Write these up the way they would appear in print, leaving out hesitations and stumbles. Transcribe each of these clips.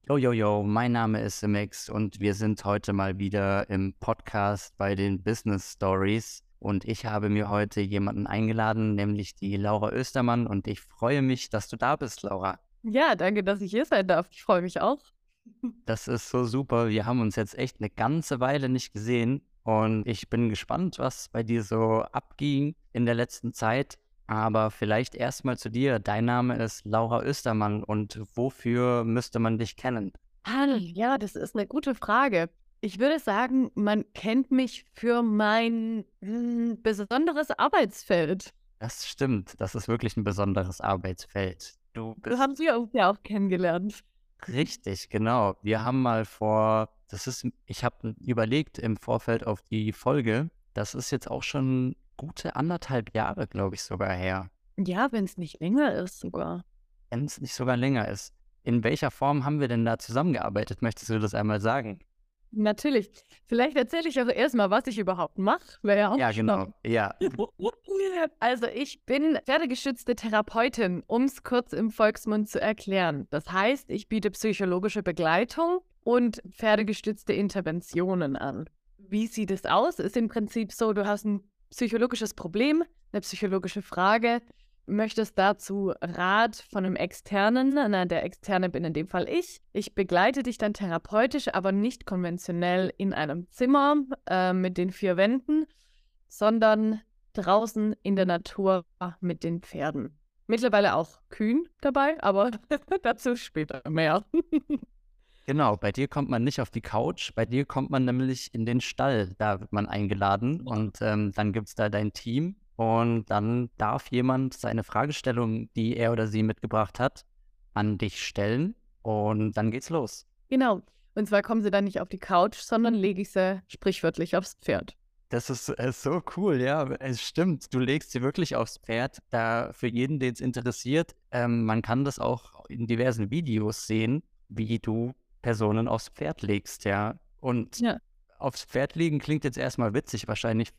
Yo, yo, yo, mein Name ist Simix und wir sind heute mal wieder im Podcast bei den Business Stories. Und ich habe mir heute jemanden eingeladen, nämlich die Laura Östermann. Und ich freue mich, dass du da bist, Laura. Ja, danke, dass ich hier sein darf. Ich freue mich auch. Das ist so super. Wir haben uns jetzt echt eine ganze Weile nicht gesehen. Und ich bin gespannt, was bei dir so abging in der letzten Zeit. Aber vielleicht erstmal zu dir. Dein Name ist Laura Östermann. Und wofür müsste man dich kennen? Ja, das ist eine gute Frage. Ich würde sagen, man kennt mich für mein besonderes Arbeitsfeld. Das stimmt. Das ist wirklich ein besonderes Arbeitsfeld. Du So haben bist wir uns ja auch kennengelernt. richtig, genau. Wir haben mal ich habe überlegt im Vorfeld auf die Folge, das ist jetzt auch schon gute 1,5 Jahre, glaube ich, sogar her, Ja, wenn es nicht länger ist sogar. wenn es nicht sogar länger ist. In welcher Form haben wir denn da zusammengearbeitet? Möchtest du das einmal sagen? Natürlich. Vielleicht erzähle ich auch erstmal, was ich überhaupt mache. Wäre ja auch Ja, spannend. genau. Ja, Also ich bin pferdegeschützte Therapeutin, um es kurz im Volksmund zu erklären. Das heißt, ich biete psychologische Begleitung und pferdegestützte Interventionen an. Wie sieht es aus? Ist im Prinzip so, du hast ein psychologisches Problem, eine psychologische Frage, möchtest dazu Rat von einem Externen, der Externe bin in dem Fall ich. Ich begleite dich dann therapeutisch, aber nicht konventionell in einem Zimmer mit den vier Wänden, sondern draußen in der Natur mit den Pferden. Mittlerweile auch Kühen dabei, aber dazu später mehr. genau. Bei dir kommt man nicht auf die Couch, bei dir kommt man nämlich in den Stall. Da wird man eingeladen und dann gibt es da dein Team und dann darf jemand seine Fragestellung, die er oder sie mitgebracht hat, an dich stellen und dann geht's los. Genau. Und zwar kommen sie dann nicht auf die Couch, sondern lege ich sie sprichwörtlich aufs Pferd. Das ist so cool, ja. Es stimmt, du legst sie wirklich aufs Pferd. Da für jeden, den es interessiert, man kann das auch in diversen Videos sehen, wie du Personen aufs Pferd legst, ja. Und Ja. aufs Pferd legen klingt jetzt erstmal witzig, wahrscheinlich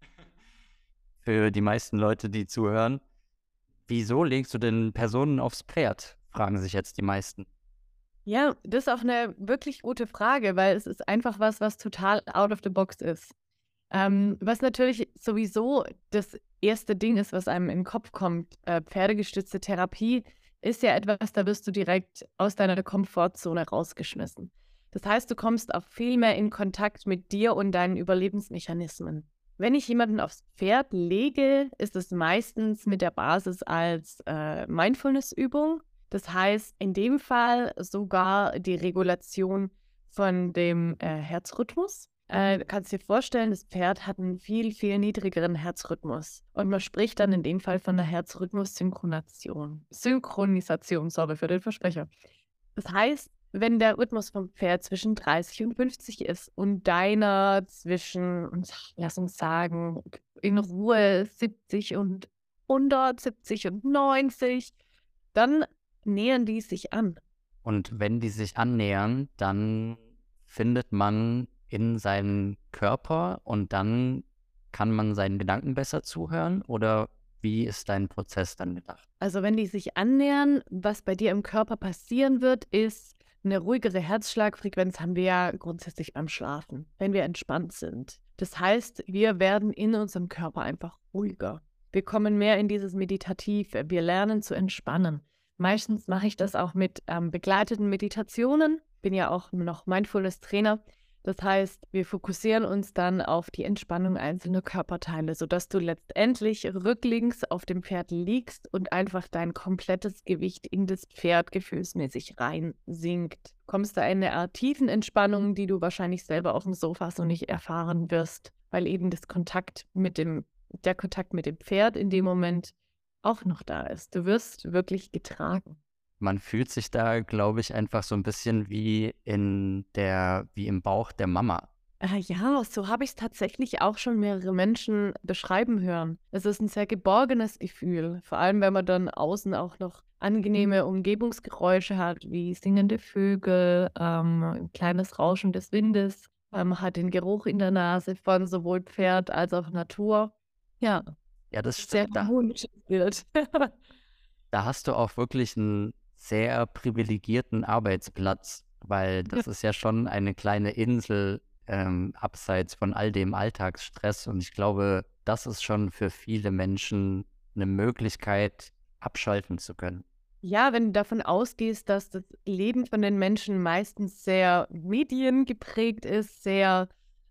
für die meisten Leute, die zuhören. Wieso legst du denn Personen aufs Pferd? Fragen sich jetzt die meisten. Ja, das ist auch eine wirklich gute Frage, weil es ist einfach was total out of the box ist. Was natürlich sowieso das erste Ding ist, was einem in den Kopf kommt, pferdegestützte Therapie, ist ja etwas, da wirst du direkt aus deiner Komfortzone rausgeschmissen. Das heißt, du kommst auch viel mehr in Kontakt mit dir und deinen Überlebensmechanismen. Wenn ich jemanden aufs Pferd lege, ist es meistens mit der Basis als Mindfulness-Übung. Das heißt, in dem Fall sogar die Regulation von dem Herzrhythmus. Du kannst dir vorstellen, das Pferd hat einen viel, viel niedrigeren Herzrhythmus. Und man spricht dann in dem Fall von der Herzrhythmus-Synchronisation, sorry für den Versprecher. Das heißt, wenn der Rhythmus vom Pferd zwischen 30 und 50 ist und deiner zwischen, lass uns sagen, in Ruhe 70 und 100, 70 und 90, dann nähern die sich an. Und wenn die sich annähern, dann findet man in seinen Körper und dann kann man seinen Gedanken besser zuhören? Oder wie ist dein Prozess dann gedacht? Also wenn die sich annähern, was bei dir im Körper passieren wird, ist eine ruhigere Herzschlagfrequenz haben wir ja grundsätzlich beim Schlafen, wenn wir entspannt sind. Das heißt, wir werden in unserem Körper einfach ruhiger. Wir kommen mehr in dieses Meditative. Wir lernen zu entspannen. Meistens mache ich das auch mit begleiteten Meditationen. Bin ja auch noch Mindfulness-Trainer. Das heißt, wir fokussieren uns dann auf die Entspannung einzelner Körperteile, sodass du letztendlich rücklings auf dem Pferd liegst und einfach dein komplettes Gewicht in das Pferd gefühlsmäßig reinsinkt. Kommst da in eine Art tiefen Entspannung, die du wahrscheinlich selber auf dem Sofa so nicht erfahren wirst, weil eben der Kontakt mit dem Pferd in dem Moment auch noch da ist. Du wirst wirklich getragen. Man fühlt sich da, glaube ich, einfach so ein bisschen wie im Bauch der Mama. Ja, so habe ich es tatsächlich auch schon mehrere Menschen beschreiben hören. Es ist ein sehr geborgenes Gefühl, vor allem wenn man dann außen auch noch angenehme Umgebungsgeräusche hat, wie singende Vögel, ein kleines Rauschen des Windes. Man hat den Geruch in der Nase von sowohl Pferd als auch Natur. Ja, Ja, das sehr stimmt. harmonisches Bild. Da hast du auch wirklich einen sehr privilegierten Arbeitsplatz. weil Ja. das ist ja schon eine kleine Insel abseits von all dem Alltagsstress. Und ich glaube, das ist schon für viele Menschen eine Möglichkeit, abschalten zu können. Ja, wenn du davon ausgehst, dass das Leben von den Menschen meistens sehr mediengeprägt ist, sehr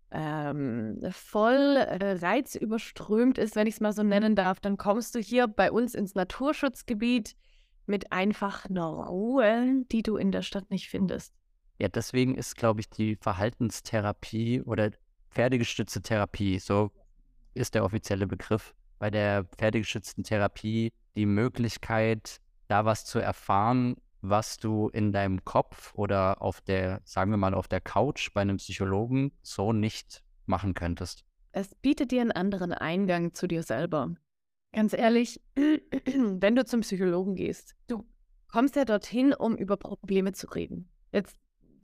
voll reizüberströmt ist, wenn ich es mal so nennen darf, dann kommst du hier bei uns ins Naturschutzgebiet mit einfach einer Ruhe, die du in der Stadt nicht findest. Ja, deswegen ist, glaube ich, die Verhaltenstherapie oder pferdegestützte Therapie, so ist der offizielle Begriff, bei der pferdegestützten Therapie die Möglichkeit, da was zu erfahren, was du in deinem Kopf oder auf der, sagen wir mal, auf der Couch bei einem Psychologen so nicht machen könntest. Es bietet dir einen anderen Eingang zu dir selber. Ganz ehrlich, wenn du zum Psychologen gehst, du kommst ja dorthin, um über Probleme zu reden. Jetzt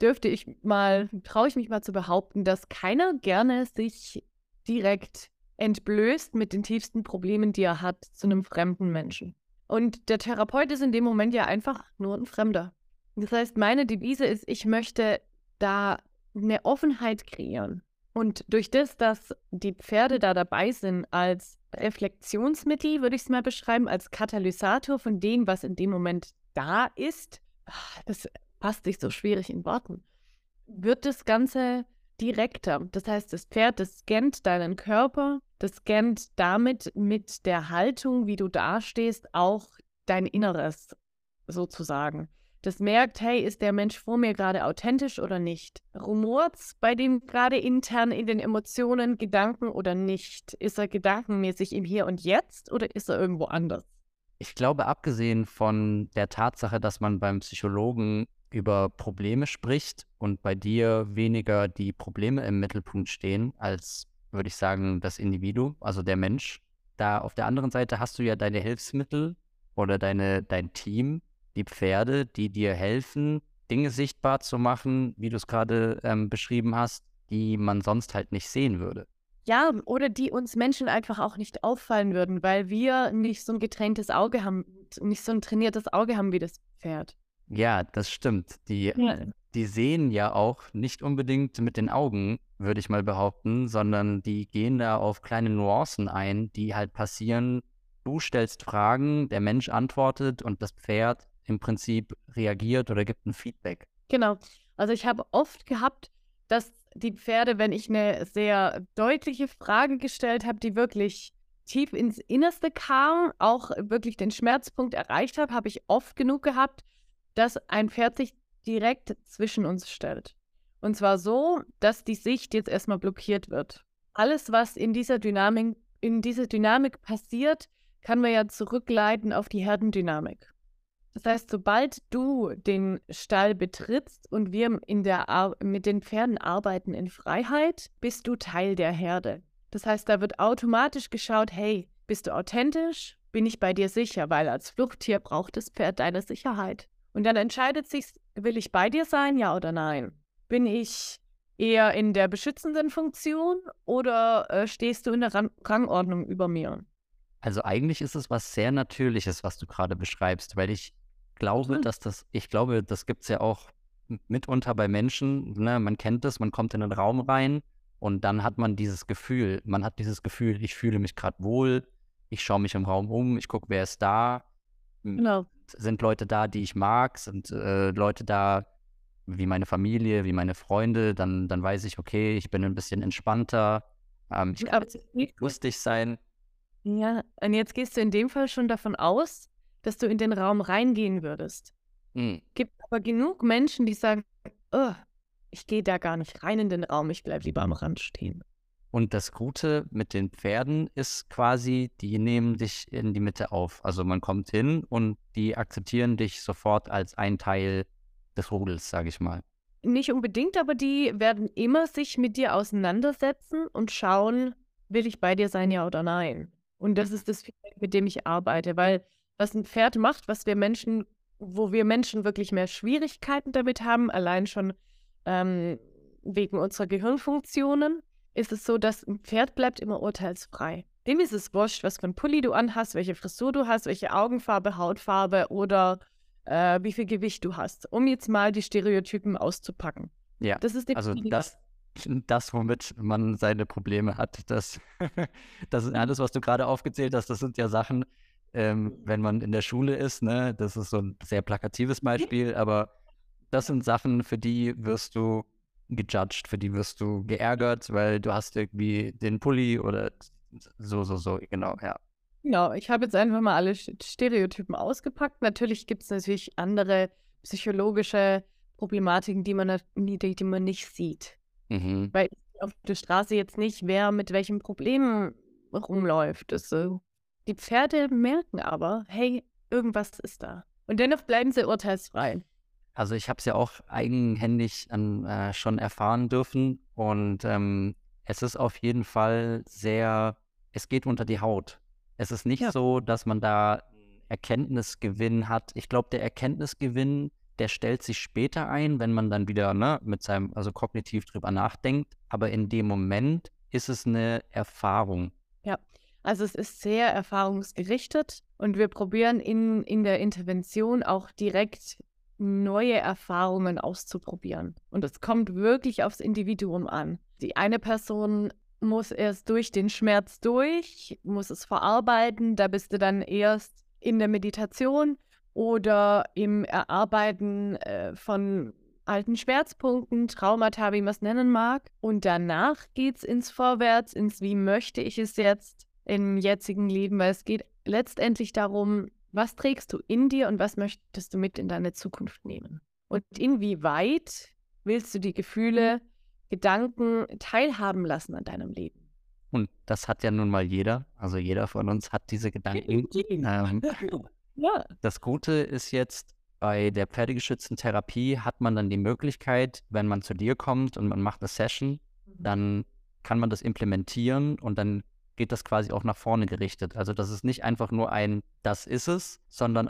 traue ich mich mal zu behaupten, dass keiner gerne sich direkt entblößt mit den tiefsten Problemen, die er hat, zu einem fremden Menschen. Und der Therapeut ist in dem Moment ja einfach nur ein Fremder. Das heißt, meine Devise ist, ich möchte da eine Offenheit kreieren. Und durch das, dass die Pferde da dabei sind als Reflexionsmittel, würde ich es mal beschreiben, als Katalysator von dem, was in dem Moment da ist, das passt sich so schwierig in Worten, wird das Ganze direkter. Das heißt, das Pferd, das scannt deinen Körper, das scannt damit mit der Haltung, wie du dastehst, auch dein Inneres sozusagen. Das merkt, hey, ist der Mensch vor mir gerade authentisch oder nicht? Rumort's bei dem gerade intern in den Emotionen, Gedanken oder nicht? Ist er gedankenmäßig im Hier und Jetzt oder ist er irgendwo anders? Ich glaube, abgesehen von der Tatsache, dass man beim Psychologen über Probleme spricht und bei dir weniger die Probleme im Mittelpunkt stehen, als, würde ich sagen, das Individuum, also der Mensch. Da auf der anderen Seite hast du ja deine Hilfsmittel oder dein Team, die Pferde, die dir helfen, Dinge sichtbar zu machen, wie du es gerade beschrieben hast, die man sonst halt nicht sehen würde. Ja, oder die uns Menschen einfach auch nicht auffallen würden, weil wir nicht so ein geträntes Auge haben, nicht so ein trainiertes Auge haben wie das Pferd. Ja, das stimmt. Ja. Die sehen ja auch nicht unbedingt mit den Augen, würde ich mal behaupten, sondern die gehen da auf kleine Nuancen ein, die halt passieren. Du stellst Fragen, der Mensch antwortet und das Pferd im Prinzip reagiert oder gibt ein Feedback. Genau. Also ich habe oft gehabt, dass die Pferde, wenn ich eine sehr deutliche Frage gestellt habe, die wirklich tief ins Innerste kam, auch wirklich den Schmerzpunkt erreicht habe, habe ich oft genug gehabt, dass ein Pferd sich direkt zwischen uns stellt. Und zwar so, dass die Sicht jetzt erstmal blockiert wird. Alles, was in dieser Dynamik passiert, kann man ja zurückleiten auf die Herdendynamik. Das heißt, sobald du den Stall betrittst und wir mit den Pferden arbeiten in Freiheit, bist du Teil der Herde. Das heißt, da wird automatisch geschaut, hey, bist du authentisch? Bin ich bei dir sicher? Weil als Fluchttier braucht das Pferd deine Sicherheit. Und dann entscheidet sich, will ich bei dir sein, ja oder nein? Bin ich eher in der beschützenden Funktion oder stehst du in der Rangordnung über mir? Also eigentlich ist es was sehr Natürliches, was du gerade beschreibst, weil ich glaube, das gibt es ja auch mitunter bei Menschen, ne? Man kennt es, man kommt in einen Raum rein und dann hat man dieses Gefühl, ich fühle mich gerade wohl, ich schaue mich im Raum um, ich gucke, wer ist da, Genau. sind Leute da, die ich mag, sind Leute da, wie meine Familie, wie meine Freunde, dann weiß ich, okay, ich bin ein bisschen entspannter, ich kann Aber jetzt lustig sein. ja, und jetzt gehst du in dem Fall schon davon aus, dass du in den Raum reingehen würdest. Hm. Gibt aber genug Menschen, die sagen, oh, ich gehe da gar nicht rein in den Raum, ich bleibe lieber am Rand stehen. Und das Gute mit den Pferden ist quasi, die nehmen dich in die Mitte auf. Also man kommt hin und die akzeptieren dich sofort als ein Teil des Rudels, sage ich mal. Nicht unbedingt, aber die werden immer sich mit dir auseinandersetzen und schauen, will ich bei dir sein, ja oder nein. Und das ist das Feedback, mit dem ich arbeite, weil was ein Pferd macht, wo wir Menschen wirklich mehr Schwierigkeiten damit haben, allein schon wegen unserer Gehirnfunktionen, ist es so, dass ein Pferd bleibt immer urteilsfrei. Dem ist es wurscht, was für ein Pulli du anhast, welche Frisur du hast, welche Augenfarbe, Hautfarbe oder wie viel Gewicht du hast, um jetzt mal die Stereotypen auszupacken. Ja, Das ist also definitiv das, womit man seine Probleme hat, das ist alles, was du gerade aufgezählt hast, das sind ja Sachen, wenn man in der Schule ist, ne, das ist so ein sehr plakatives Beispiel, aber das sind Sachen, für die wirst du gejudged, für die wirst du geärgert, weil du hast irgendwie den Pulli oder so, genau, ja. Genau, ich habe jetzt einfach mal alle Stereotypen ausgepackt. Natürlich gibt es natürlich andere psychologische Problematiken, die man nicht sieht. Mhm. Weil ich auf der Straße jetzt nicht, wer mit welchem Problem rumläuft. Die Pferde merken aber, hey, irgendwas ist da. Und dennoch bleiben sie urteilsfrei. Also ich habe es ja auch eigenhändig schon erfahren dürfen und es ist auf jeden Fall es geht unter die Haut. Es ist nicht Ja. so, dass man da einen Erkenntnisgewinn hat. Ich glaube, der Erkenntnisgewinn, der stellt sich später ein, wenn man dann wieder also kognitiv drüber nachdenkt. Aber in dem Moment ist es eine Erfahrung. Ja, also es ist sehr erfahrungsgerichtet und wir probieren in der Intervention auch direkt neue Erfahrungen auszuprobieren. Und es kommt wirklich aufs Individuum an. Die eine Person muss erst durch den Schmerz muss es verarbeiten, da bist du dann erst in der Meditation oder im Erarbeiten von alten Schmerzpunkten, Traumata, wie man es nennen mag. Und danach geht es ins Vorwärts, ins Wie möchte ich es jetzt im jetzigen Leben, weil es geht letztendlich darum, was trägst du in dir und was möchtest du mit in deine Zukunft nehmen? Und inwieweit willst du die Gefühle, Gedanken teilhaben lassen an deinem Leben? Und das hat ja nun mal jeder. Also jeder von uns hat diese Gedanken. Ja. Das Gute ist jetzt, bei der pferdegeschützten Therapie hat man dann die Möglichkeit, wenn man zu dir kommt und man macht eine Session, dann kann man das implementieren und dann geht das quasi auch nach vorne gerichtet. Also das ist nicht einfach nur das ist es, sondern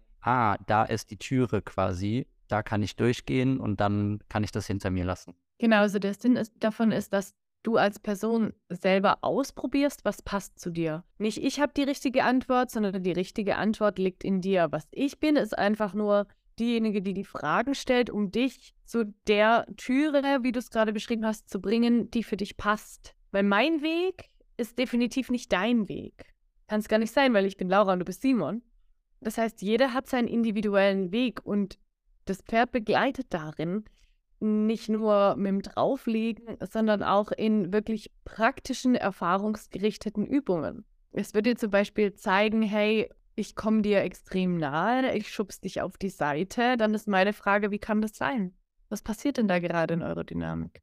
da ist die Türe quasi, da kann ich durchgehen und dann kann ich das hinter mir lassen. Genau, also der Sinn davon ist, dass du als Person selber ausprobierst, was passt zu dir. Nicht ich habe die richtige Antwort, sondern die richtige Antwort liegt in dir. Was ich bin, ist einfach nur diejenige, die die Fragen stellt, um dich zu der Türe, wie du es gerade beschrieben hast, zu bringen, die für dich passt. Weil mein Weg ist definitiv nicht dein Weg. Kann es gar nicht sein, weil ich bin Laura und du bist Simon. Das heißt, jeder hat seinen individuellen Weg und das Pferd begleitet darin, nicht nur mit dem Drauflegen, sondern auch in wirklich praktischen, erfahrungsgerichteten Übungen. Es wird dir zum Beispiel zeigen, hey, ich komme dir extrem nahe, ich schubse dich auf die Seite. Dann ist meine Frage, wie kann das sein? Was passiert denn da gerade in eurer Dynamik?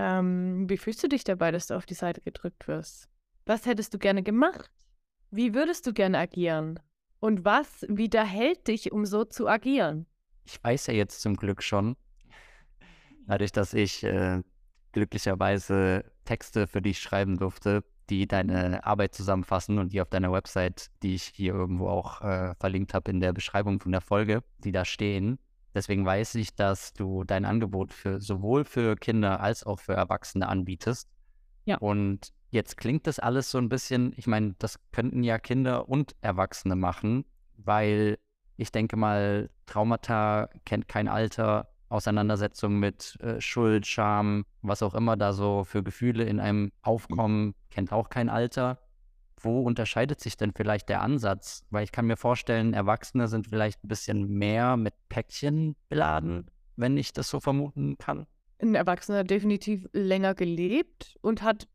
Wie fühlst du dich dabei, dass du auf die Seite gedrückt wirst? Was hättest du gerne gemacht? Wie würdest du gerne agieren? Und was widerhält dich, um so zu agieren? Ich weiß ja jetzt zum Glück schon, dadurch, dass ich glücklicherweise Texte für dich schreiben durfte, die deine Arbeit zusammenfassen und die auf deiner Website, die ich hier irgendwo auch verlinkt habe in der Beschreibung von der Folge, die da stehen. Deswegen weiß ich, dass du dein Angebot sowohl für Kinder als auch für Erwachsene anbietest. Ja. Und jetzt klingt das alles so ein bisschen, ich meine, das könnten ja Kinder und Erwachsene machen, weil ich denke mal, Traumata kennt kein Alter, Auseinandersetzung mit Schuld, Scham, was auch immer da so für Gefühle in einem aufkommen, kennt auch kein Alter. Wo unterscheidet sich denn vielleicht der Ansatz? Weil ich kann mir vorstellen, Erwachsene sind vielleicht ein bisschen mehr mit Päckchen beladen, wenn ich das so vermuten kann. Ein Erwachsener hat definitiv länger gelebt und hat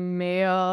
mehr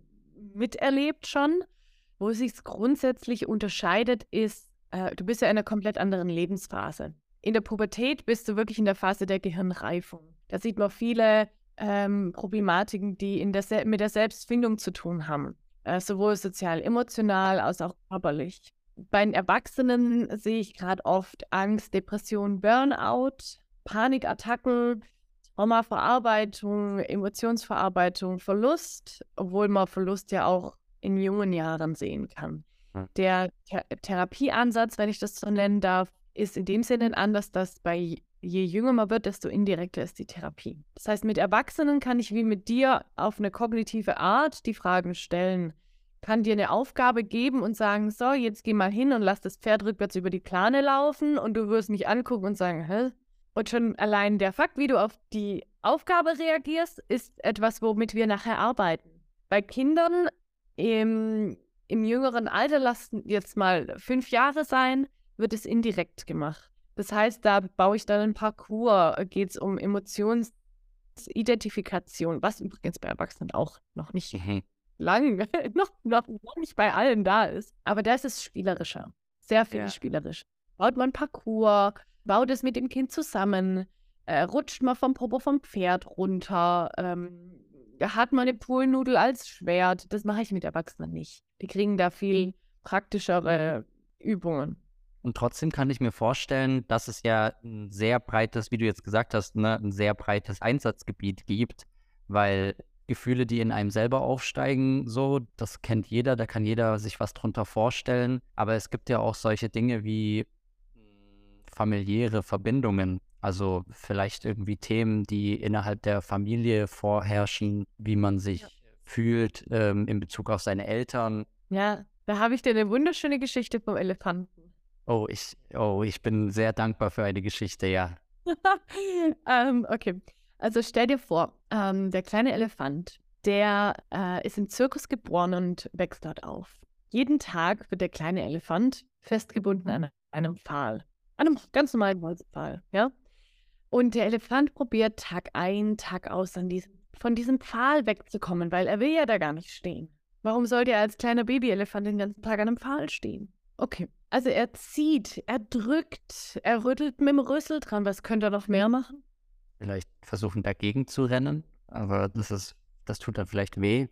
miterlebt schon. Wo es sich grundsätzlich unterscheidet, ist, du bist ja in einer komplett anderen Lebensphase. In der Pubertät bist du wirklich in der Phase der Gehirnreifung. Da sieht man viele Problematiken, die mit der Selbstfindung zu tun haben. Sowohl sozial, emotional als auch körperlich. Bei den Erwachsenen sehe ich gerade oft Angst, Depression, Burnout, Panikattacken, Traumaverarbeitung, Emotionsverarbeitung, Verlust, obwohl man Verlust ja auch in jungen Jahren sehen kann. Der Therapieansatz, wenn ich das so nennen darf, ist in dem Sinne anders, dass je jünger man wird, desto indirekter ist die Therapie. Das heißt, mit Erwachsenen kann ich wie mit dir auf eine kognitive Art die Fragen stellen. kann dir eine Aufgabe geben und sagen, so, jetzt geh mal hin und lass das Pferd rückwärts über die Plane laufen und du wirst mich angucken und sagen, hä? Und schon allein der Fakt, wie du auf die Aufgabe reagierst, ist etwas, womit wir nachher arbeiten. Bei Kindern im jüngeren Alter, lass jetzt mal 5 Jahre sein, wird es indirekt gemacht. Das heißt, da baue ich dann ein Parcours, geht es um Emotionsidentifikation, was übrigens bei Erwachsenen auch noch nicht lang, noch nicht bei allen da ist. Aber da ist es spielerischer, sehr viel spielerisch. Baut man Parcours, baut es mit dem Kind zusammen, rutscht man vom Popo vom Pferd runter, hat man eine Poolnudel als Schwert. Das mache ich mit Erwachsenen nicht. Die kriegen da viel praktischere Übungen. Und trotzdem kann ich mir vorstellen, dass es ja ein sehr breites, wie du jetzt gesagt hast, ne, ein sehr breites Einsatzgebiet gibt, weil Gefühle, die in einem selber aufsteigen, so, das kennt jeder, da kann jeder sich was drunter vorstellen. Aber es gibt ja auch solche Dinge wie familiäre Verbindungen, also vielleicht irgendwie Themen, die innerhalb der Familie vorherrschen, wie man sich fühlt in Bezug auf seine Eltern. Ja, da habe ich dir eine wunderschöne Geschichte vom Elefanten. Oh, ich bin sehr dankbar für eine Geschichte, ja. Okay, also stell dir vor, der kleine Elefant, der ist im Zirkus geboren und wächst dort auf. Jeden Tag wird der kleine Elefant festgebunden an einem Pfahl. An einem ganz normalen Holzpfahl, ja? Und der Elefant probiert Tag ein, Tag aus von diesem Pfahl wegzukommen, weil er will ja da gar nicht stehen. Warum sollte er als kleiner Babyelefant den ganzen Tag an einem Pfahl stehen? Okay, also er zieht, er drückt, er rüttelt mit dem Rüssel dran. Was könnte er noch mehr machen? Vielleicht versuchen dagegen zu rennen, aber das tut dann vielleicht weh.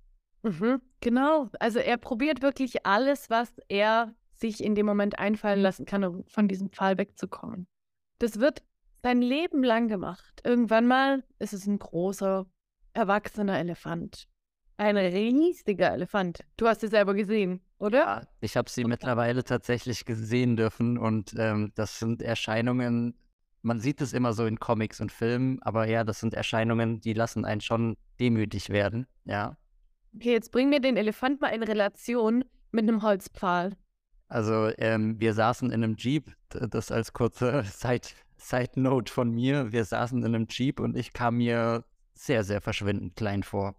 Genau, also er probiert wirklich alles, was er sich in dem Moment einfallen lassen kann, um von diesem Pfahl wegzukommen. Das wird sein Leben lang gemacht. Irgendwann mal ist es ein großer, erwachsener Elefant. Ein riesiger Elefant. Du hast sie selber gesehen, oder? Ja, ich habe sie mittlerweile tatsächlich gesehen dürfen und das sind Erscheinungen, man sieht es immer so in Comics und Filmen, aber ja, das sind Erscheinungen, die lassen einen schon demütig werden, ja. Okay, jetzt bring mir den Elefant mal in Relation mit einem Holzpfahl. Also wir saßen in einem Jeep, das als kurze Side-Note von mir, wir saßen in einem Jeep und ich kam mir sehr, sehr verschwindend klein vor.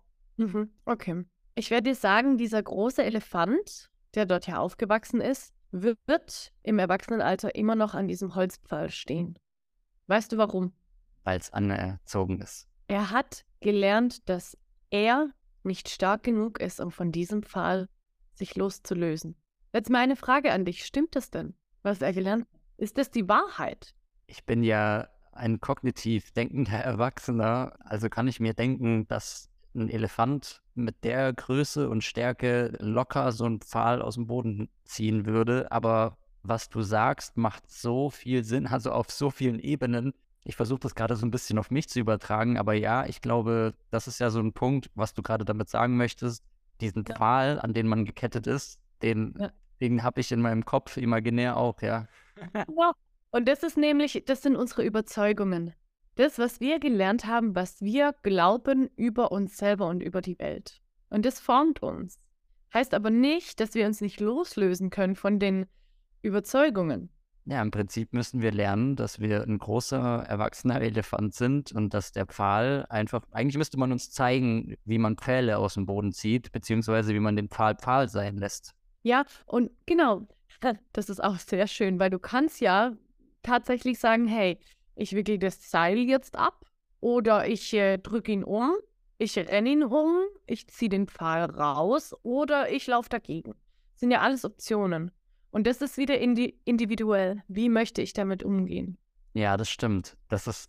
Okay. Ich werde dir sagen, dieser große Elefant, der dort ja aufgewachsen ist, wird im Erwachsenenalter immer noch an diesem Holzpfahl stehen. Weißt du warum? Weil es anerzogen ist. Er hat gelernt, dass er nicht stark genug ist, um von diesem Pfahl sich loszulösen. Jetzt meine Frage an dich, stimmt das denn, was er gelernt hat? Ist das die Wahrheit? Ich bin ja ein kognitiv denkender Erwachsener, also kann ich mir denken, dass ein Elefant mit der Größe und Stärke locker so einen Pfahl aus dem Boden ziehen würde. Aber was du sagst, macht so viel Sinn, also auf so vielen Ebenen. Ich versuche das gerade so ein bisschen auf mich zu übertragen, aber ja, ich glaube, das ist ja so ein Punkt, was du gerade damit sagen möchtest. Diesen Pfahl, an den man gekettet ist, den habe ich in meinem Kopf imaginär auch, ja. Ja. Und das sind unsere Überzeugungen. Das, was wir gelernt haben, was wir glauben über uns selber und über die Welt. Und das formt uns. Heißt aber nicht, dass wir uns nicht loslösen können von den Überzeugungen. Ja, im Prinzip müssen wir lernen, dass wir ein großer, erwachsener Elefant sind und dass der Pfahl eigentlich müsste man uns zeigen, wie man Pfähle aus dem Boden zieht, beziehungsweise wie man den Pfahl Pfahl sein lässt. Ja, und genau, das ist auch sehr schön, weil du kannst ja tatsächlich sagen, hey, ich wickel das Seil jetzt ab oder ich drücke ihn um, ich renne ihn um, ich ziehe den Pfahl raus oder ich laufe dagegen. Das sind ja alles Optionen. Und das ist wieder individuell. Wie möchte ich damit umgehen? Ja, das stimmt. Es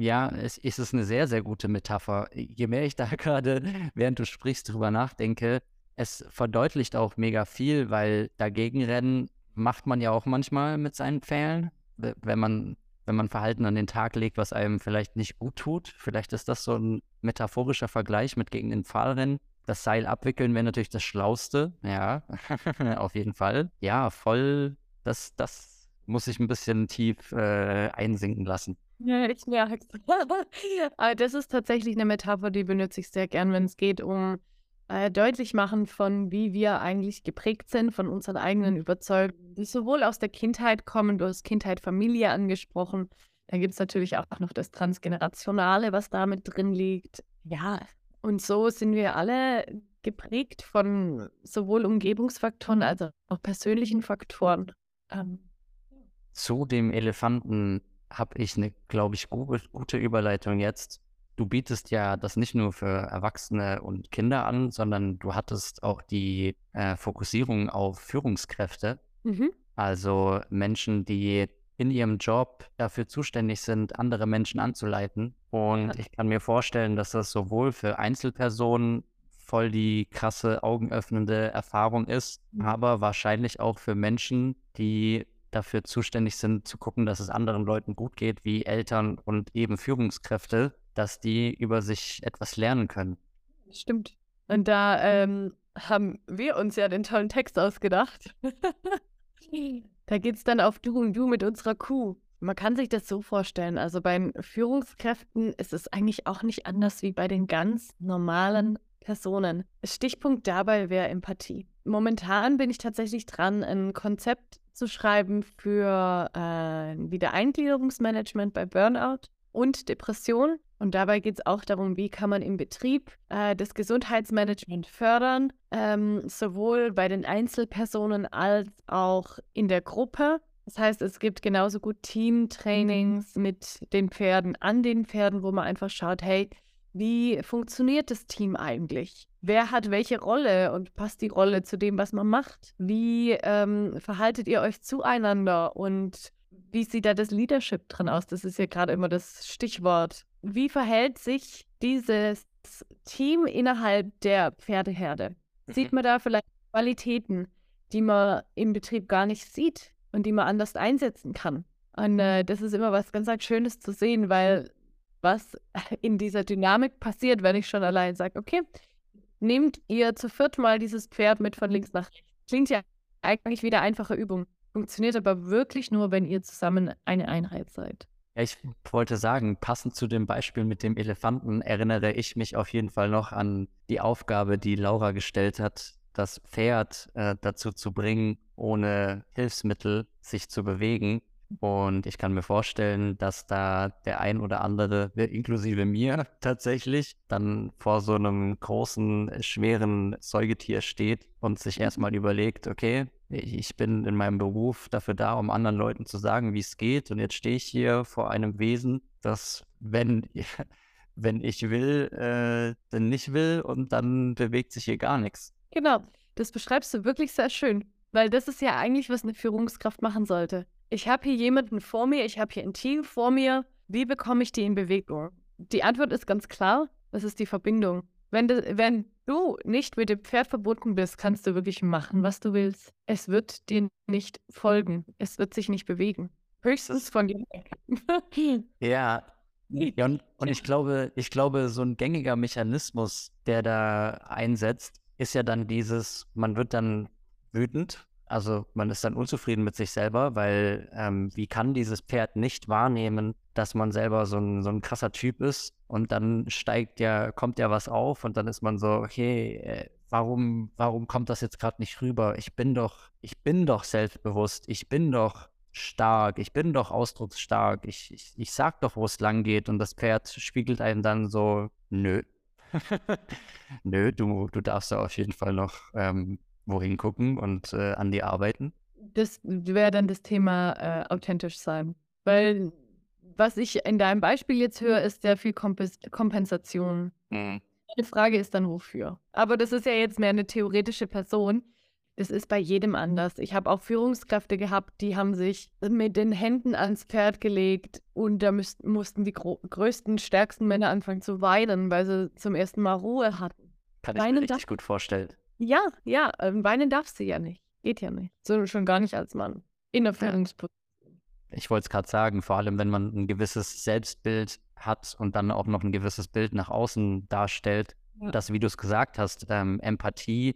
ist eine sehr, sehr gute Metapher. Je mehr ich da gerade, während du sprichst, drüber nachdenke, es verdeutlicht auch mega viel, weil dagegen rennen macht man ja auch manchmal mit seinen Pfählen, wenn man Verhalten an den Tag legt, was einem vielleicht nicht gut tut. Vielleicht ist das so ein metaphorischer Vergleich mit gegen den Pfahl rennen. Das Seil abwickeln wäre natürlich das Schlauste, ja, auf jeden Fall. Ja, voll, das muss ich ein bisschen tief einsinken lassen. Ja, ich merke es. Aber das ist tatsächlich eine Metapher, die benutze ich sehr gern, wenn es geht um deutlich machen von, wie wir eigentlich geprägt sind, von unseren eigenen Überzeugungen, die sowohl aus der Kindheit kommen, du hast Kindheit, Familie angesprochen. Dann gibt es natürlich auch noch das Transgenerationale, was da mit drin liegt. Ja, und so sind wir alle geprägt von sowohl Umgebungsfaktoren als auch persönlichen Faktoren. Ähm, Zu dem Elefanten habe ich eine, glaube ich, gute Überleitung jetzt. Du bietest ja das nicht nur für Erwachsene und Kinder an, sondern du hattest auch die Fokussierung auf Führungskräfte, mhm. also Menschen, die in ihrem Job dafür zuständig sind, andere Menschen anzuleiten. Und ich kann mir vorstellen, dass das sowohl für Einzelpersonen voll die krasse, augenöffnende Erfahrung ist, aber wahrscheinlich auch für Menschen, die dafür zuständig sind, zu gucken, dass es anderen Leuten gut geht, wie Eltern und eben Führungskräfte, dass die über sich etwas lernen können. Stimmt. Und da haben wir uns ja den tollen Text ausgedacht. Da geht es dann auf Du und Du mit unserer Kuh. Man kann sich das so vorstellen, also bei den Führungskräften ist es eigentlich auch nicht anders wie bei den ganz normalen Personen. Stichpunkt dabei wäre Empathie. Momentan bin ich tatsächlich dran, ein Konzept zu schreiben für Wiedereingliederungsmanagement bei Burnout und Depression. Und dabei geht es auch darum, wie kann man im Betrieb das Gesundheitsmanagement fördern, sowohl bei den Einzelpersonen als auch in der Gruppe. Das heißt, es gibt genauso gut Teamtrainings mit den Pferden, an den Pferden, wo man einfach schaut, hey, wie funktioniert das Team eigentlich? Wer hat welche Rolle und passt die Rolle zu dem, was man macht? Wie verhaltet ihr euch zueinander und wie sieht da das Leadership drin aus? Das ist ja gerade immer das Stichwort. Wie verhält sich dieses Team innerhalb der Pferdeherde? Sieht man da vielleicht Qualitäten, die man im Betrieb gar nicht sieht und die man anders einsetzen kann? Und das ist immer was ganz, ganz Schönes zu sehen, weil was in dieser Dynamik passiert, wenn ich schon allein sage, okay, nehmt ihr zu viert mal dieses Pferd mit von links nach rechts. Klingt ja eigentlich wie eine einfache Übung. Funktioniert aber wirklich nur, wenn ihr zusammen eine Einheit seid. Ja, ich wollte sagen, passend zu dem Beispiel mit dem Elefanten erinnere ich mich auf jeden Fall noch an die Aufgabe, die Laura gestellt hat, das Pferd dazu zu bringen, ohne Hilfsmittel sich zu bewegen. Und ich kann mir vorstellen, dass da der ein oder andere, inklusive mir tatsächlich, dann vor so einem großen, schweren Säugetier steht und sich erstmal überlegt, okay, ich bin in meinem Beruf dafür da, um anderen Leuten zu sagen, wie es geht. Und jetzt stehe ich hier vor einem Wesen, das, wenn ich will, dann nicht will und dann bewegt sich hier gar nichts. Genau, das beschreibst du wirklich sehr schön, weil das ist ja eigentlich, was eine Führungskraft machen sollte. Ich habe hier jemanden vor mir, ich habe hier ein Team vor mir. Wie bekomme ich die in Bewegung? Die Antwort ist ganz klar, das ist die Verbindung. Wenn du nicht mit dem Pferd verbunden bist, kannst du wirklich machen, was du willst. Es wird dir nicht folgen. Es wird sich nicht bewegen. Höchstens von dir weg. Ja, ja, und ich glaube, so ein gängiger Mechanismus, der da einsetzt, ist ja dann dieses, man wird dann wütend, also man ist dann unzufrieden mit sich selber, weil wie kann dieses Pferd nicht wahrnehmen, dass man selber so ein krasser Typ ist und dann kommt ja was auf und dann ist man so, okay, warum kommt das jetzt gerade nicht rüber? Ich bin doch selbstbewusst, ich bin doch stark, ich bin doch ausdrucksstark, ich sag doch, wo es lang geht und das Pferd spiegelt einen dann so, nö. Nö, du darfst da auf jeden Fall noch wohin gucken und an dir arbeiten. Das wäre dann das Thema authentisch sein. Weil was ich in deinem Beispiel jetzt höre, ist sehr viel Kompensation. Mhm. Die Frage ist dann, wofür? Aber das ist ja jetzt mehr eine theoretische Person. Das ist bei jedem anders. Ich habe auch Führungskräfte gehabt, die haben sich mit den Händen ans Pferd gelegt und da mussten die größten, stärksten Männer anfangen zu weinen, weil sie zum ersten Mal Ruhe hatten. Kann ich mir richtig gut vorstellen. Ja, weinen darf sie ja nicht. Geht ja nicht. So, schon gar nicht als Mann. In der Führungsposition. Ich wollte es gerade sagen, vor allem wenn man ein gewisses Selbstbild hat und dann auch noch ein gewisses Bild nach außen darstellt, dass, wie du es gesagt hast, Empathie,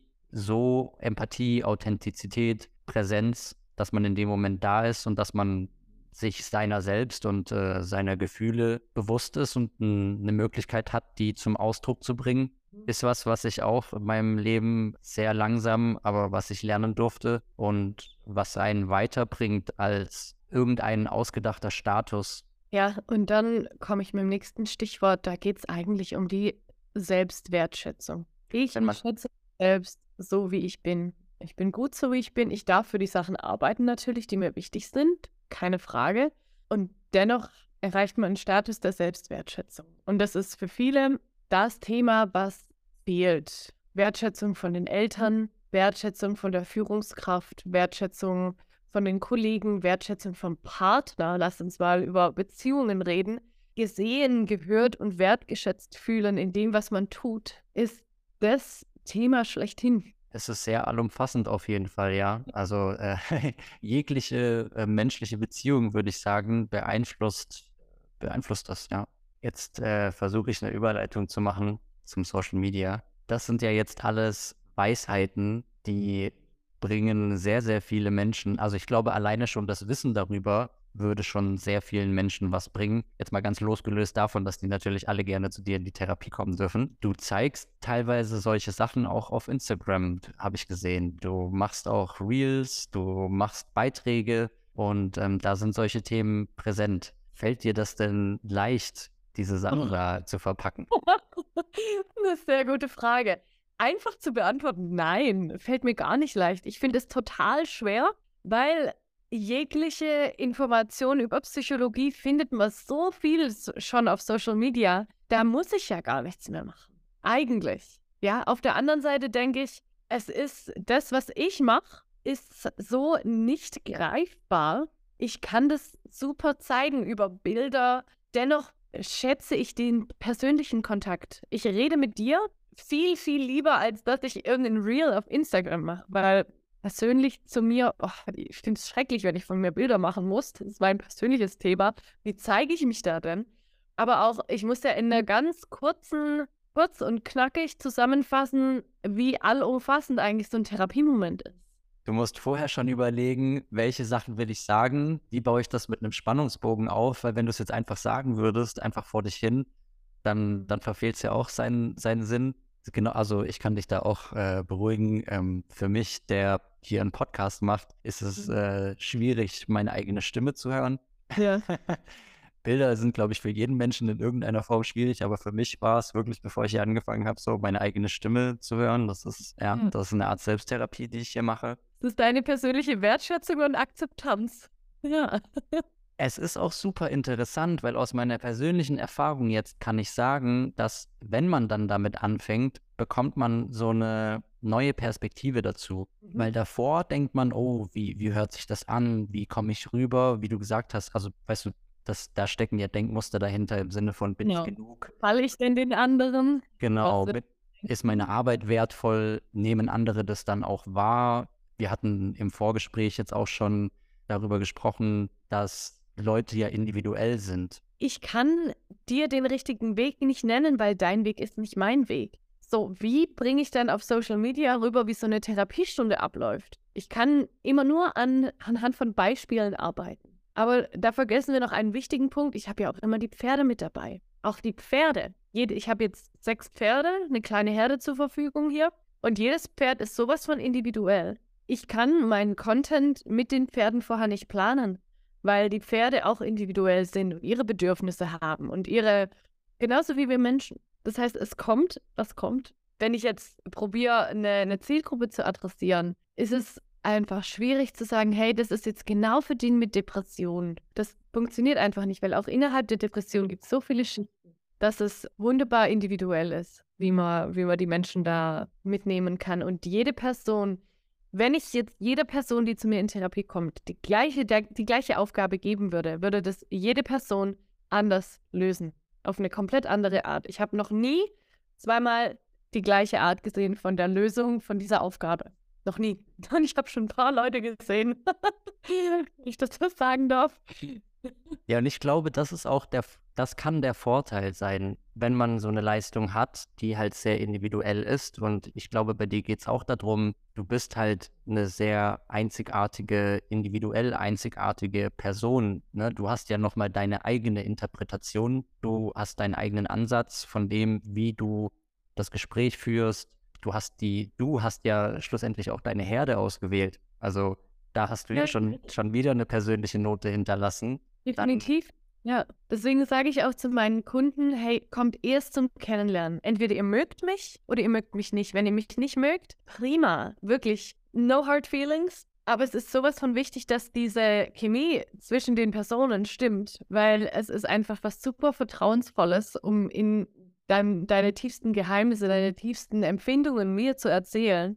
Authentizität, Präsenz, dass man in dem Moment da ist und dass man sich seiner selbst und seiner Gefühle bewusst ist und eine Möglichkeit hat, die zum Ausdruck zu bringen. ist was ich auch in meinem Leben sehr langsam, aber was ich lernen durfte und was einen weiterbringt als irgendein ausgedachter Status. Ja, und dann komme ich mit dem nächsten Stichwort, da geht es eigentlich um die Selbstwertschätzung. Ich Wenn man schätze mich selbst so, wie ich bin. Ich bin gut so, wie ich bin. Ich darf für die Sachen arbeiten natürlich, die mir wichtig sind, keine Frage. Und dennoch erreicht man einen Status der Selbstwertschätzung. Und das ist für viele das Thema, was fehlt. Wertschätzung von den Eltern, Wertschätzung von der Führungskraft, Wertschätzung von den Kollegen, Wertschätzung vom Partner, lass uns mal über Beziehungen reden, gesehen, gehört und wertgeschätzt fühlen in dem, was man tut, ist das Thema schlechthin. Es ist sehr allumfassend auf jeden Fall, ja. Also jegliche menschliche Beziehung, würde ich sagen, beeinflusst das, ja. Jetzt versuche ich eine Überleitung zu machen zum Social Media. Das sind ja jetzt alles Weisheiten, die bringen sehr, sehr viele Menschen. Also ich glaube, alleine schon das Wissen darüber würde schon sehr vielen Menschen was bringen. Jetzt mal ganz losgelöst davon, dass die natürlich alle gerne zu dir in die Therapie kommen dürfen. Du zeigst teilweise solche Sachen auch auf Instagram, habe ich gesehen. Du machst auch Reels, du machst Beiträge und da sind solche Themen präsent. Fällt dir das denn leicht, diese Sachen da zu verpacken? Eine sehr gute Frage. Einfach zu beantworten, nein, fällt mir gar nicht leicht. Ich finde es total schwer, weil jegliche Information über Psychologie findet man so viel schon auf Social Media. Da muss ich ja gar nichts mehr machen. Eigentlich. Ja, auf der anderen Seite denke ich, es ist das, was ich mache, ist so nicht greifbar. Ich kann das super zeigen über Bilder. Dennoch schätze ich den persönlichen Kontakt. Ich rede mit dir viel, viel lieber, als dass ich irgendein Reel auf Instagram mache, weil persönlich zu mir, ich finde es schrecklich, wenn ich von mir Bilder machen muss. Das ist mein persönliches Thema. Wie zeige ich mich da denn? Aber auch, ich muss ja in einer ganz kurz und knackig zusammenfassen, wie allumfassend eigentlich so ein Therapiemoment ist. Du musst vorher schon überlegen, welche Sachen will ich sagen, wie baue ich das mit einem Spannungsbogen auf, weil wenn du es jetzt einfach sagen würdest, einfach vor dich hin, dann verfehlt es ja auch seinen Sinn. Genau, also ich kann dich da auch beruhigen. Für mich, der hier einen Podcast macht, ist es schwierig, meine eigene Stimme zu hören. Ja. Bilder sind, glaube ich, für jeden Menschen in irgendeiner Form schwierig, aber für mich war es wirklich, bevor ich hier angefangen habe, so meine eigene Stimme zu hören. Das ist eine Art Selbsttherapie, die ich hier mache. Das ist deine persönliche Wertschätzung und Akzeptanz. Ja. Es ist auch super interessant, weil aus meiner persönlichen Erfahrung jetzt kann ich sagen, dass wenn man dann damit anfängt, bekommt man so eine neue Perspektive dazu. Weil davor denkt man, oh, wie hört sich das an? Wie komme ich rüber? Wie du gesagt hast, also weißt du, da stecken ja Denkmuster dahinter im Sinne von, bin ich genug? Falle ich denn den anderen? Genau, ist meine Arbeit wertvoll? Nehmen andere das dann auch wahr? Wir hatten im Vorgespräch jetzt auch schon darüber gesprochen, dass Leute ja individuell sind. Ich kann dir den richtigen Weg nicht nennen, weil dein Weg ist nicht mein Weg. So, wie bringe ich dann auf Social Media rüber, wie so eine Therapiestunde abläuft? Ich kann immer nur anhand von Beispielen arbeiten. Aber da vergessen wir noch einen wichtigen Punkt. Ich habe ja auch immer die Pferde mit dabei. Auch die Pferde. Ich habe jetzt 6 Pferde, eine kleine Herde zur Verfügung hier. Und jedes Pferd ist sowas von individuell. Ich kann meinen Content mit den Pferden vorher nicht planen, weil die Pferde auch individuell sind und ihre Bedürfnisse haben und genauso wie wir Menschen. Das heißt, es kommt, was kommt. Wenn ich jetzt probiere, eine Zielgruppe zu adressieren, ist es einfach schwierig zu sagen, hey, das ist jetzt genau für den mit Depressionen. Das funktioniert einfach nicht, weil auch innerhalb der Depression gibt es so viele Schichten, dass es wunderbar individuell ist, wie man die Menschen da mitnehmen kann. Und jede Person, wenn ich jetzt jeder Person, die zu mir in Therapie kommt, die gleiche Aufgabe geben würde, würde das jede Person anders lösen. Auf eine komplett andere Art. Ich habe noch nie zweimal die gleiche Art gesehen von der Lösung von dieser Aufgabe. Noch nie. Und ich habe schon ein paar Leute gesehen, wenn ich das so sagen darf. Ja, und ich glaube, das kann der Vorteil sein, wenn man so eine Leistung hat, die halt sehr individuell ist. Und ich glaube, bei dir geht es auch darum, du bist halt eine sehr individuell einzigartige Person. Ne? Du hast ja nochmal deine eigene Interpretation, du hast deinen eigenen Ansatz von dem, wie du das Gespräch führst. Du hast ja schlussendlich auch deine Herde ausgewählt. Also da hast du ja Ja, schon wieder eine persönliche Note hinterlassen. Dann definitiv. Ja, deswegen sage ich auch zu meinen Kunden, hey, kommt erst zum Kennenlernen. Entweder ihr mögt mich oder ihr mögt mich nicht. Wenn ihr mich nicht mögt, prima, wirklich, no hard feelings. Aber es ist sowas von wichtig, dass diese Chemie zwischen den Personen stimmt, weil es ist einfach was super Vertrauensvolles, um in deine tiefsten Geheimnisse, deine tiefsten Empfindungen mir zu erzählen.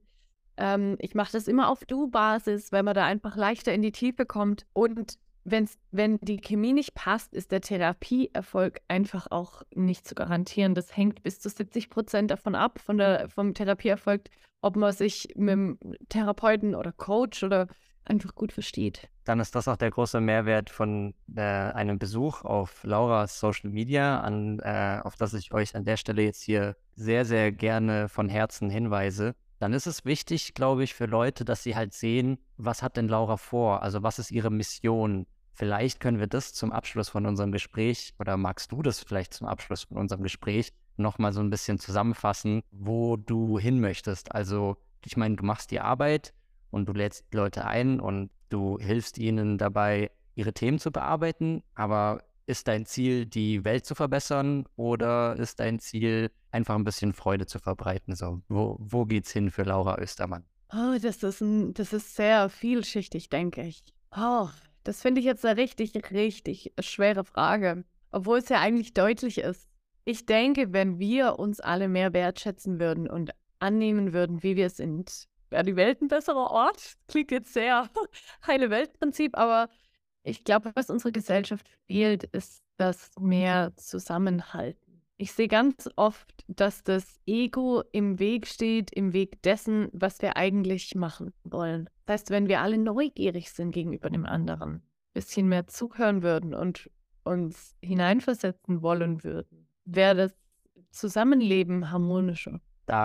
Ich mache das immer auf Du-Basis, weil man da einfach leichter in die Tiefe kommt. Und wenn die Chemie nicht passt, ist der Therapieerfolg einfach auch nicht zu garantieren. Das hängt bis zu 70% davon ab, vom Therapieerfolg, ob man sich mit dem Therapeuten oder Coach oder einfach gut versteht. Dann ist das auch der große Mehrwert von einem Besuch auf Lauras Social Media, auf das ich euch an der Stelle jetzt hier sehr, sehr gerne von Herzen hinweise. Dann ist es wichtig, glaube ich, für Leute, dass sie halt sehen, was hat denn Laura vor? Also was ist ihre Mission? Vielleicht können wir das zum Abschluss von unserem Gespräch, oder magst du das vielleicht zum Abschluss von unserem Gespräch nochmal so ein bisschen zusammenfassen, wo du hin möchtest? Also ich meine, du machst die Arbeit und du lädst die Leute ein und du hilfst ihnen dabei, ihre Themen zu bearbeiten, aber ist dein Ziel, die Welt zu verbessern, oder ist dein Ziel, einfach ein bisschen Freude zu verbreiten? So, wo geht's hin für Laura Östermann? Oh, das ist sehr vielschichtig, denke ich. Oh, das finde ich jetzt eine richtig, richtig schwere Frage, obwohl es ja eigentlich deutlich ist. Ich denke, wenn wir uns alle mehr wertschätzen würden und annehmen würden, wie wir sind, wäre die Welt ein besserer Ort. Klingt jetzt sehr heile Weltprinzip, aber ich glaube, was unserer Gesellschaft fehlt, ist das mehr Zusammenhalten. Ich sehe ganz oft, dass das Ego im Weg steht, im Weg dessen, was wir eigentlich machen wollen. Das heißt, wenn wir alle neugierig sind gegenüber dem anderen, ein bisschen mehr zuhören würden und uns hineinversetzen wollen würden, wäre das Zusammenleben harmonischer.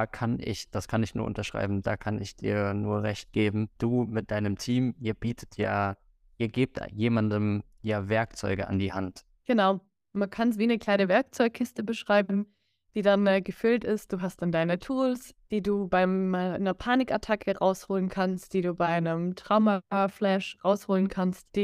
Das kann ich nur unterschreiben, da kann ich dir nur recht geben. Du mit deinem Team, ihr gebt jemandem ja Werkzeuge an die Hand. Genau. Man kann es wie eine kleine Werkzeugkiste beschreiben, die dann gefüllt ist. Du hast dann deine Tools, die du bei einer Panikattacke rausholen kannst, die du bei einem Traumaflash rausholen kannst,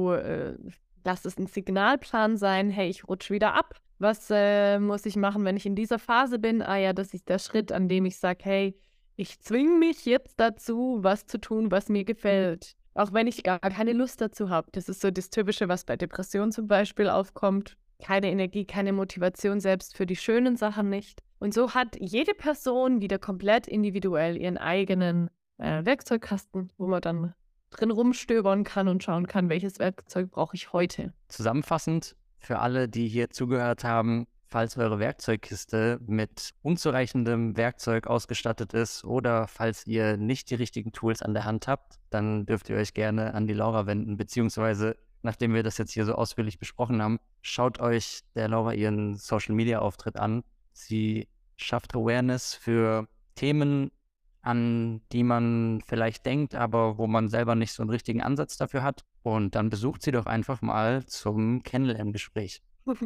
lass es ein Signalplan sein, hey, ich rutsche wieder ab. Was muss ich machen, wenn ich in dieser Phase bin? Ah ja, das ist der Schritt, an dem ich sage, hey, ich zwinge mich jetzt dazu, was zu tun, was mir gefällt. Auch wenn ich gar keine Lust dazu habe. Das ist so das Typische, was bei Depressionen zum Beispiel aufkommt. Keine Energie, keine Motivation, selbst für die schönen Sachen nicht. Und so hat jede Person wieder komplett individuell ihren eigenen Werkzeugkasten, wo man dann drin rumstöbern kann und schauen kann, welches Werkzeug brauche ich heute. Zusammenfassend für alle, die hier zugehört haben: Falls eure Werkzeugkiste mit unzureichendem Werkzeug ausgestattet ist oder falls ihr nicht die richtigen Tools an der Hand habt, dann dürft ihr euch gerne an die Laura wenden, beziehungsweise, nachdem wir das jetzt hier so ausführlich besprochen haben, schaut euch der Laura ihren Social-Media-Auftritt an. Sie schafft Awareness für Themen, an die man vielleicht denkt, aber wo man selber nicht so einen richtigen Ansatz dafür hat. Und dann besucht sie doch einfach mal zum Kennenlerngespräch.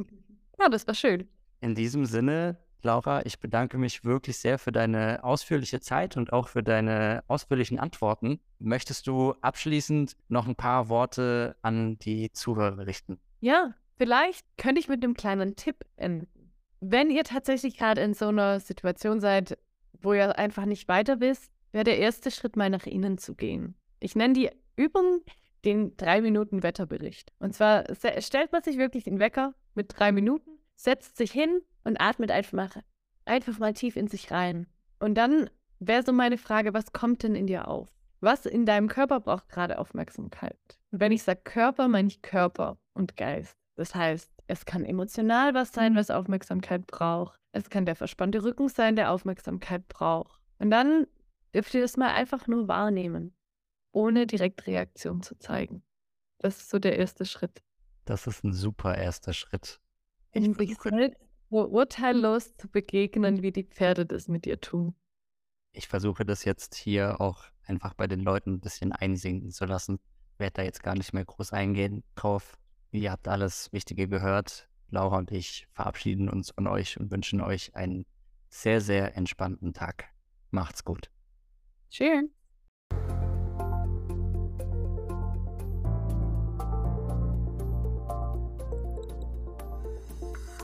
Ja, das war schön. In diesem Sinne, Laura, ich bedanke mich wirklich sehr für deine ausführliche Zeit und auch für deine ausführlichen Antworten. Möchtest du abschließend noch ein paar Worte an die Zuhörer richten? Ja, vielleicht könnte ich mit einem kleinen Tipp enden. Wenn ihr tatsächlich gerade in so einer Situation seid, wo ihr einfach nicht weiter wisst, wäre der erste Schritt, mal nach innen zu gehen. Ich nenne die Übung den 3-Minuten-Wetterbericht. Und zwar stellt man sich wirklich den Wecker mit 3 Minuten, setzt sich hin und atmet einfach mal tief in sich rein. Und dann wäre so meine Frage, was kommt denn in dir auf? Was in deinem Körper braucht gerade Aufmerksamkeit? Und wenn ich sage Körper, meine ich Körper und Geist. Das heißt, es kann emotional was sein, was Aufmerksamkeit braucht. Es kann der verspannte Rücken sein, der Aufmerksamkeit braucht. Und dann dürft ihr das mal einfach nur wahrnehmen, ohne direkt Reaktion zu zeigen. Das ist so der erste Schritt. Das ist ein super erster Schritt. Um sich selbst so urteillos zu begegnen, wie die Pferde das mit dir tun. Ich versuche das jetzt hier auch einfach bei den Leuten ein bisschen einsinken zu lassen. Ich werde da jetzt gar nicht mehr groß eingehen drauf. Ihr habt alles Wichtige gehört. Laura und ich verabschieden uns von euch und wünschen euch einen sehr, sehr entspannten Tag. Macht's gut. Schön.